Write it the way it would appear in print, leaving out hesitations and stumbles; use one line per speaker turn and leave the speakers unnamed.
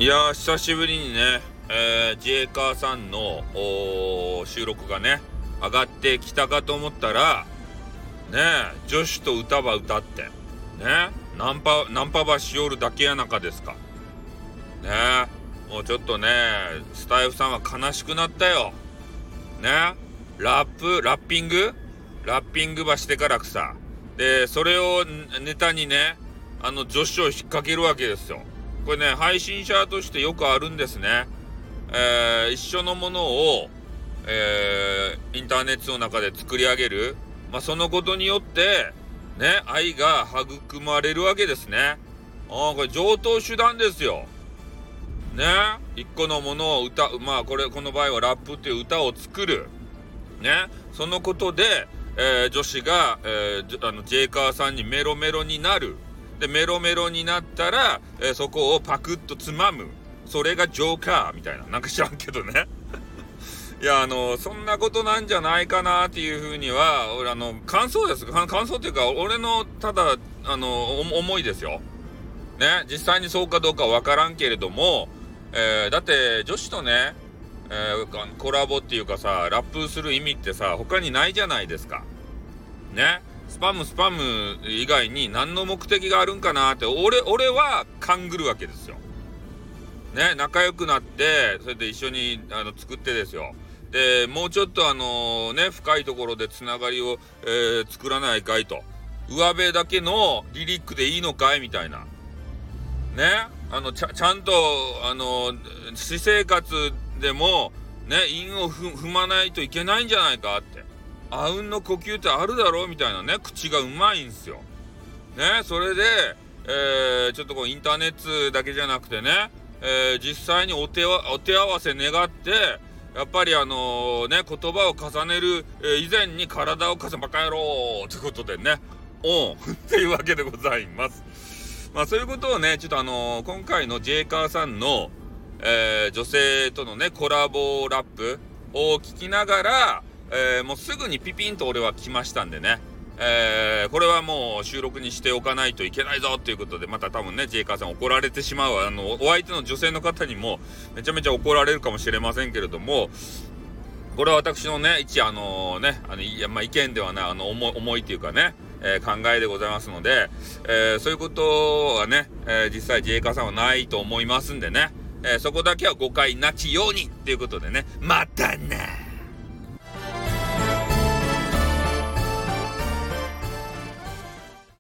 いやー、久しぶりにね、ジェイカーさんの収録がね、上がってきたかと思ったら、ねえ、女子と歌ば歌って、ねナンパばしおるだけやなかですか。ねもうちょっとね、スタイフさんは悲しくなったよ。ねラッピングばしてからくさ。で、それをネタにね、女子を引っ掛けるわけですよ。これね、配信者としてよくあるんですね。一緒のものを、インターネットの中で作り上げる。そのことによって、ね、愛が育まれるわけですね。これ常套手段ですよ。ね、一個のものをこの場合はラップっていう歌を作る。ね、そのことで、女子が、ジェイカーさんにメロメロになる。で、メロメロになったら、そこをパクッとつまむ。それがジョーカーみたいな。なんか知らんけどね。いや、そんなことなんじゃないかなっていうふうには、俺、感想です。感想っていうか、俺の、ただ、思いですよ。ね、実際にそうかどうかわからんけれども、だって、女子とね、コラボっていうかさ、ラップする意味ってさ、他にないじゃないですか。ね。スパム以外に何の目的があるんかなって、俺は勘ぐるわけですよ。ね、仲良くなって、それで一緒に作ってですよ。で、もうちょっと深いところでつながりを、作らないかいと。上辺だけのリリックでいいのかいみたいな。ね、ちゃんと、私生活でも、ね、韻を踏まないといけないんじゃないかって。あうんの呼吸ってあるだろうみたいなね、口がうまいんすよ。ね、それで、ちょっとこうインターネットだけじゃなくてね、実際にお手合わせ願って、やっぱり言葉を重ねる、以前に体をバカ野郎ってことでね、っていうわけでございます。そういうことをね、ちょっと今回のジェイカーさんの、女性とのね、コラボラップを聞きながら、もうすぐにピピンと俺は来ましたんでね、これはもう収録にしておかないといけないぞっていうことで、また多分ね、ジェイカーさん怒られてしまう。お相手の女性の方にもめちゃめちゃ怒られるかもしれませんけれども、これは私のね、一意見ではない、思いっていうかね、考えでございますので、そういうことはね、実際ジェイカーさんはないと思いますんでね、そこだけは誤解なきようにっていうことでね、またな